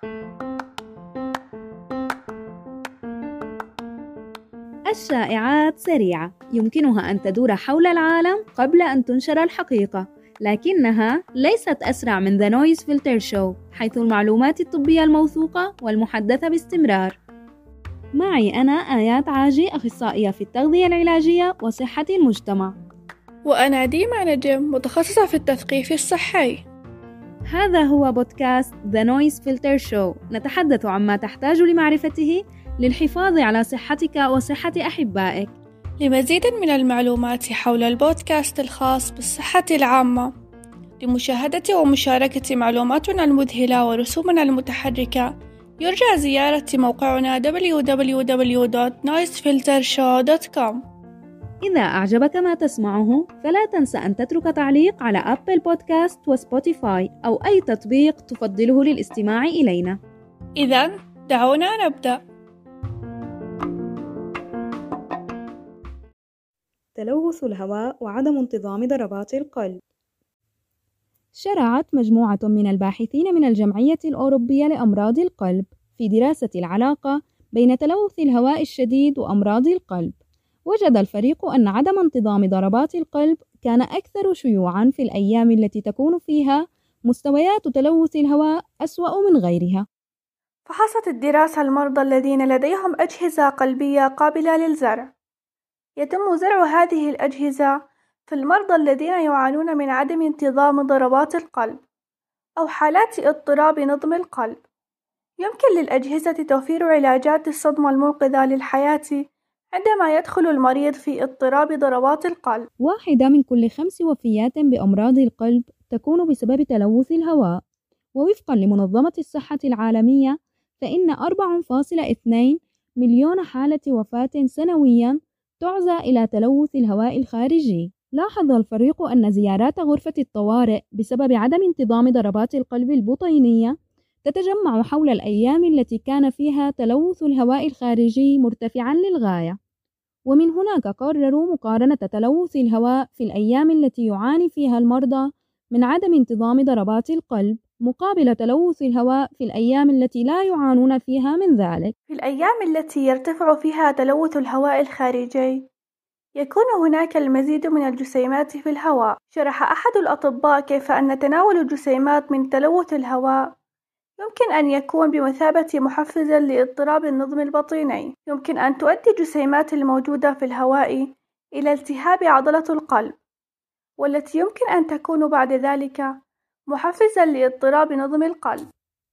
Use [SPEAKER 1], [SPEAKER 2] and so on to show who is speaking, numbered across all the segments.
[SPEAKER 1] الشائعات سريعة، يمكنها أن تدور حول العالم قبل أن تنشر الحقيقة، لكنها ليست أسرع من The Noise Filter Show، حيث المعلومات الطبية الموثوقة والمحدثة باستمرار. معي أنا آيات عاجي، أخصائية في التغذية العلاجية وصحة المجتمع.
[SPEAKER 2] وأنا ديما نجم، متخصصة في التثقيف الصحي.
[SPEAKER 1] هذا هو بودكاست The Noise Filter Show، نتحدث عما تحتاج لمعرفته للحفاظ على صحتك وصحة أحبائك.
[SPEAKER 2] لمزيد من المعلومات حول البودكاست الخاص بالصحة العامة، لمشاهدة ومشاركة معلوماتنا المذهلة ورسومنا المتحركة، يرجى زيارة موقعنا www.noisefiltershow.com.
[SPEAKER 1] إذا أعجبك ما تسمعه فلا تنسى أن تترك تعليق على أبل بودكاست وسبوتيفاي أو أي تطبيق تفضله للاستماع إلينا.
[SPEAKER 2] إذن دعونا نبدأ.
[SPEAKER 1] تلوث الهواء وعدم انتظام ضربات القلب. شرعت مجموعة من الباحثين من الجمعية الأوروبية لأمراض القلب في دراسة العلاقة بين تلوث الهواء الشديد وأمراض القلب. وجد الفريق أن عدم انتظام ضربات القلب كان أكثر شيوعاً في الأيام التي تكون فيها مستويات تلوث الهواء أسوأ من غيرها.
[SPEAKER 2] فحصت الدراسة المرضى الذين لديهم أجهزة قلبية قابلة للزرع. يتم زرع هذه الأجهزة في المرضى الذين يعانون من عدم انتظام ضربات القلب أو حالات اضطراب نظم القلب. يمكن للأجهزة توفير علاجات الصدمة المنقذة للحياة عندما يدخل المريض في اضطراب ضربات القلب.
[SPEAKER 1] 1 من كل 5 وفيات بأمراض القلب تكون بسبب تلوث الهواء، ووفقاً لمنظمة الصحة العالمية فإن 4.2 مليون حالة وفاة سنوياً تعزى إلى تلوث الهواء الخارجي. لاحظ الفريق أن زيارات غرفة الطوارئ بسبب عدم انتظام ضربات القلب البطينية تتجمع حول الأيام التي كان فيها تلوث الهواء الخارجي مرتفعاً للغاية، ومن هناك قرروا مقارنة تلوث الهواء في الأيام التي يعاني فيها المرضى من عدم انتظام ضربات القلب مقابل تلوث الهواء في الأيام التي لا يعانون فيها من ذلك.
[SPEAKER 2] في الأيام التي يرتفع فيها تلوث الهواء الخارجي يكون هناك المزيد من الجسيمات في الهواء. شرح أحد الأطباء كيف أن تناول الجسيمات من تلوث الهواء يمكن أن يكون بمثابة محفز لاضطراب النظم البطيني. يمكن أن تؤدي الجسيمات الموجودة في الهواء إلى التهاب عضلة القلب، والتي يمكن أن تكون بعد ذلك محفزا لاضطراب نظم القلب.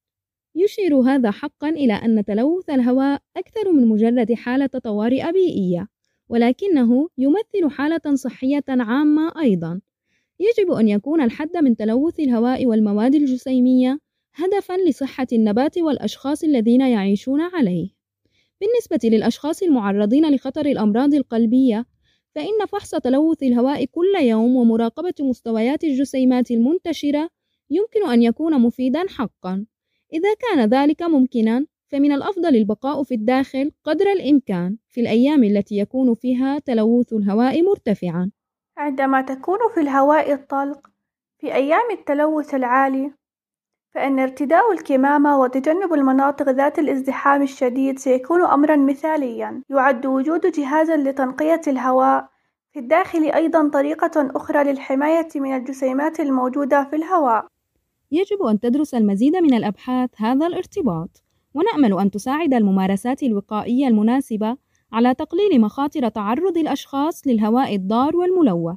[SPEAKER 1] يشير هذا حقا إلى أن تلوث الهواء أكثر من مجرد حالة طوارئ بيئية، ولكنه يمثل حالة صحية عامة أيضا. يجب أن يكون الحد من تلوث الهواء والمواد الجسيمية هدفاً لصحة النبات والأشخاص الذين يعيشون عليه. بالنسبة للأشخاص المعرضين لخطر الأمراض القلبية، فإن فحص تلوث الهواء كل يوم ومراقبة مستويات الجسيمات المنتشرة يمكن أن يكون مفيداً حقاً. إذا كان ذلك ممكناً، فمن الأفضل البقاء في الداخل قدر الإمكان في الأيام التي يكون فيها تلوث الهواء مرتفعاً.
[SPEAKER 2] عندما تكون في الهواء الطلق في أيام التلوث العالي، فإن ارتداء الكمامة وتجنب المناطق ذات الازدحام الشديد سيكون أمرا مثاليا. يعد وجود جهاز لتنقية الهواء في الداخل أيضا طريقة أخرى للحماية من الجسيمات الموجودة في الهواء.
[SPEAKER 1] يجب أن تدرس المزيد من الأبحاث هذا الارتباط، ونأمل أن تساعد الممارسات الوقائية المناسبة على تقليل مخاطر تعرض الأشخاص للهواء الضار والملوث.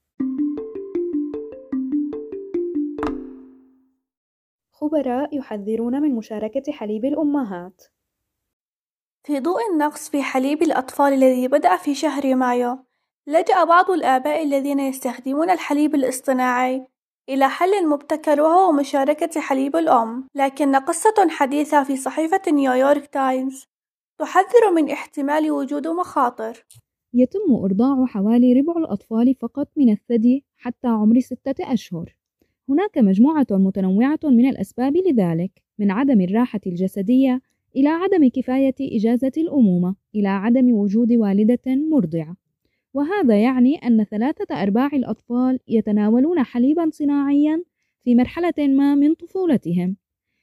[SPEAKER 1] خبراء يحذرون من مشاركة حليب الأمهات.
[SPEAKER 2] في ضوء النقص في حليب الأطفال الذي بدأ في شهر مايو، لجأ بعض الآباء الذين يستخدمون الحليب الاصطناعي إلى حل مبتكر، وهو مشاركة حليب الأم. لكن قصة حديثة في صحيفة نيويورك تايمز تحذر من احتمال وجود مخاطر.
[SPEAKER 1] يتم إرضاع حوالي ربع الأطفال فقط من الثدي حتى عمر 6 أشهر. هناك مجموعة متنوعة من الأسباب لذلك، من عدم الراحة الجسدية إلى عدم كفاية إجازة الأمومة إلى عدم وجود والدة مرضعة. وهذا يعني أن 3/4 الأطفال يتناولون حليباً صناعياً في مرحلة ما من طفولتهم.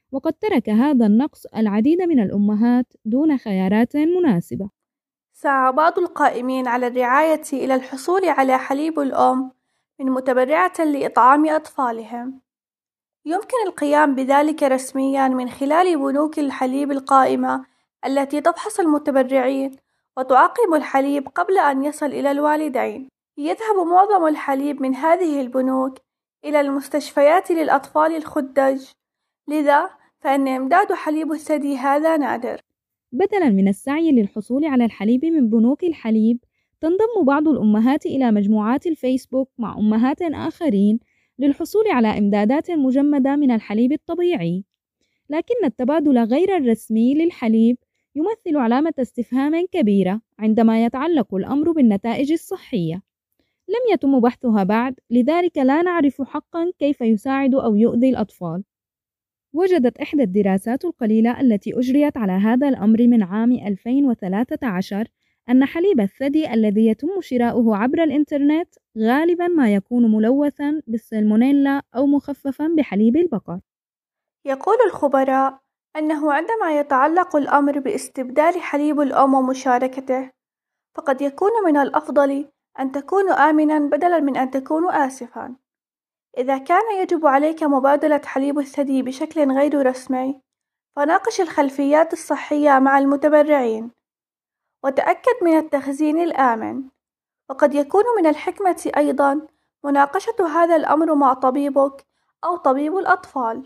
[SPEAKER 1] وقد ترك هذا النقص العديد من الأمهات دون خيارات مناسبة.
[SPEAKER 2] سعى بعض القائمين على الرعاية إلى الحصول على حليب الأم من متبرعة لإطعام أطفالهم. يمكن القيام بذلك رسمياً من خلال بنوك الحليب القائمة التي تفحص المتبرعين وتعقم الحليب قبل أن يصل إلى الوالدين. يذهب معظم الحليب من هذه البنوك إلى المستشفيات للأطفال الخدج، لذا فإن إمداد حليب الثدي هذا نادر.
[SPEAKER 1] بدلاً من السعي للحصول على الحليب من بنوك الحليب، تنضم بعض الأمهات إلى مجموعات الفيسبوك مع أمهات آخرين للحصول على إمدادات مجمدة من الحليب الطبيعي. لكن التبادل غير الرسمي للحليب يمثل علامة استفهام كبيرة عندما يتعلق الأمر بالنتائج الصحية. لم يتم بحثها بعد، لذلك لا نعرف حقاً كيف يساعد أو يؤذي الأطفال. وجدت إحدى الدراسات القليلة التي أجريت على هذا الأمر من عام 2013 أن حليب الثدي الذي يتم شراؤه عبر الإنترنت غالباً ما يكون ملوثاً بالسالمونيلا أو مخففاً بحليب البقر.
[SPEAKER 2] يقول الخبراء أنه عندما يتعلق الأمر باستبدال حليب الأم ومشاركته، فقد يكون من الأفضل أن تكون آمناً بدلاً من أن تكون آسفاً. إذا كان يجب عليك مبادلة حليب الثدي بشكل غير رسمي، فناقش الخلفيات الصحية مع المتبرعين، وتأكد من التخزين الآمن. وقد يكون من الحكمة أيضاً مناقشة هذا الأمر مع طبيبك أو طبيب الأطفال.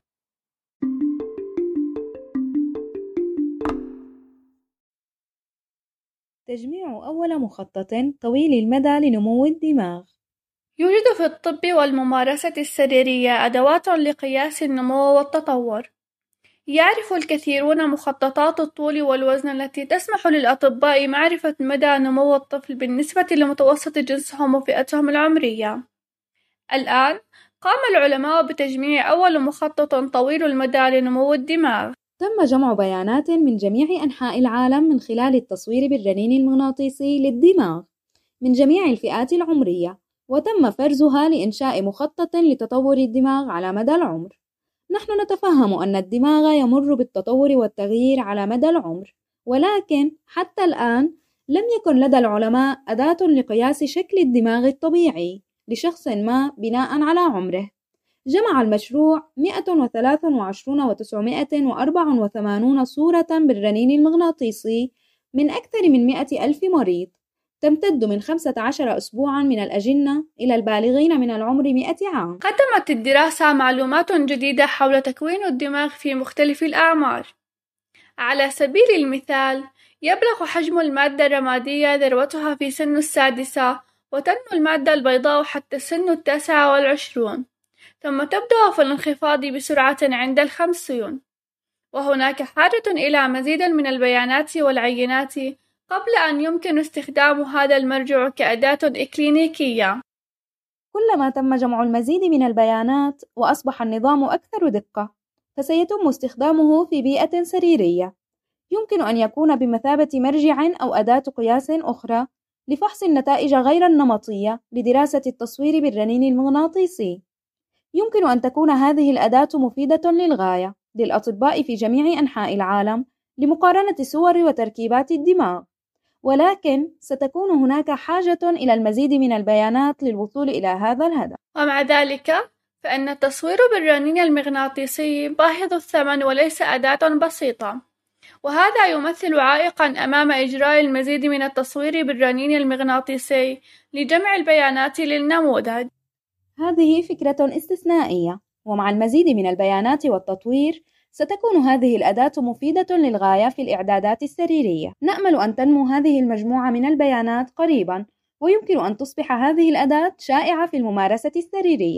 [SPEAKER 1] تجميع أول مخطط طويل المدى لنمو الدماغ.
[SPEAKER 2] يوجد في الطب والممارسة السريرية أدوات لقياس النمو والتطور. يعرف الكثيرون مخططات الطول والوزن التي تسمح للأطباء معرفة مدى نمو الطفل بالنسبة لمتوسط جنسهم وفئتهم العمرية. الآن قام العلماء بتجميع أول مخطط طويل المدى لنمو الدماغ.
[SPEAKER 1] تم جمع بيانات من جميع أنحاء العالم من خلال التصوير بالرنين المغناطيسي للدماغ من جميع الفئات العمرية، وتم فرزها لإنشاء مخطط لتطور الدماغ على مدى العمر. نحن نتفهم أن الدماغ يمر بالتطور والتغيير على مدى العمر، ولكن حتى الآن لم يكن لدى العلماء أداة لقياس شكل الدماغ الطبيعي لشخص ما بناء على عمره. جمع المشروع 123,984 صورة بالرنين المغناطيسي من أكثر من 100,000 مريض، تمتد من 15 أسبوعاً من الأجنة إلى البالغين من العمر 100 عام.
[SPEAKER 2] قدمت الدراسة معلومات جديدة حول تكوين الدماغ في مختلف الأعمار. على سبيل المثال، يبلغ حجم المادة الرمادية ذروتها في سن 6، وتنمو المادة البيضاء حتى سن 29، ثم تبدأ في الانخفاض بسرعة عند 50. وهناك حاجة إلى مزيد من البيانات والعينات قبل أن يمكن استخدام هذا المرجع كأداة إكلينيكية.
[SPEAKER 1] كلما تم جمع المزيد من البيانات وأصبح النظام أكثر دقة، فسيتم استخدامه في بيئة سريرية. يمكن أن يكون بمثابة مرجع أو أداة قياس أخرى لفحص النتائج غير النمطية لدراسة التصوير بالرنين المغناطيسي. يمكن أن تكون هذه الأداة مفيدة للغاية للأطباء في جميع أنحاء العالم لمقارنة صور وتركيبات الدماغ، ولكن ستكون هناك حاجة إلى المزيد من البيانات للوصول إلى هذا الهدف.
[SPEAKER 2] ومع ذلك فإن التصوير بالرنين المغناطيسي باهظ الثمن وليس أداة بسيطة، وهذا يمثل عائقاً أمام إجراء المزيد من التصوير بالرنين المغناطيسي لجمع البيانات للنموذج.
[SPEAKER 1] هذه فكرة استثنائية، ومع المزيد من البيانات والتطوير ستكون هذه الأداة مفيدة للغاية في الإعدادات السريرية. نأمل أن تنمو هذه المجموعة من البيانات قريباً، ويمكن أن تصبح هذه الأداة شائعة في الممارسة السريرية.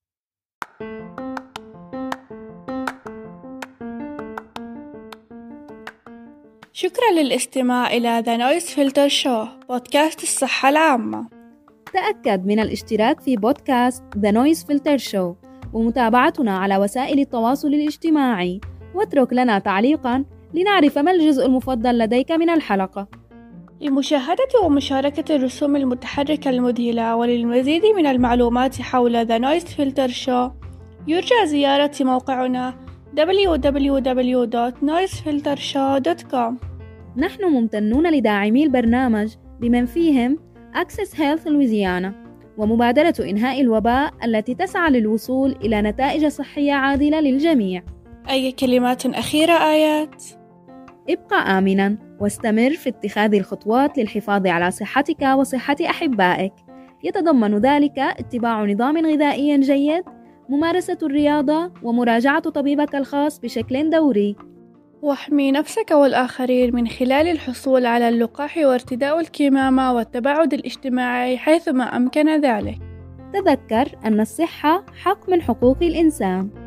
[SPEAKER 2] شكرا للاستماع إلى The Noise Filter Show، بودكاست الصحة العامة.
[SPEAKER 1] تأكد من الاشتراك في بودكاست The Noise Filter Show ومتابعتنا على وسائل التواصل الاجتماعي، واترك لنا تعليقاً لنعرف ما الجزء المفضل لديك من الحلقة.
[SPEAKER 2] لمشاهدة ومشاركة الرسوم المتحركة المذهلة وللمزيد من المعلومات حول The Noise Filter Show يرجى زيارة موقعنا www.noisefiltershow.com.
[SPEAKER 1] نحن ممتنون لداعمي البرنامج بمن فيهم Access Health Louisiana ومبادرة إنهاء الوباء التي تسعى للوصول إلى نتائج صحية عادلة للجميع.
[SPEAKER 2] أي كلمات أخيرة آيات؟
[SPEAKER 1] ابقى آمناً واستمر في اتخاذ الخطوات للحفاظ على صحتك وصحة أحبائك، يتضمن ذلك اتباع نظام غذائي جيد، ممارسة الرياضة، ومراجعة طبيبك الخاص بشكل دوري.
[SPEAKER 2] واحمي نفسك والآخرين من خلال الحصول على اللقاح وارتداء الكمامة والتباعد الاجتماعي حيثما أمكن ذلك.
[SPEAKER 1] تذكر أن الصحة حق من حقوق الإنسان.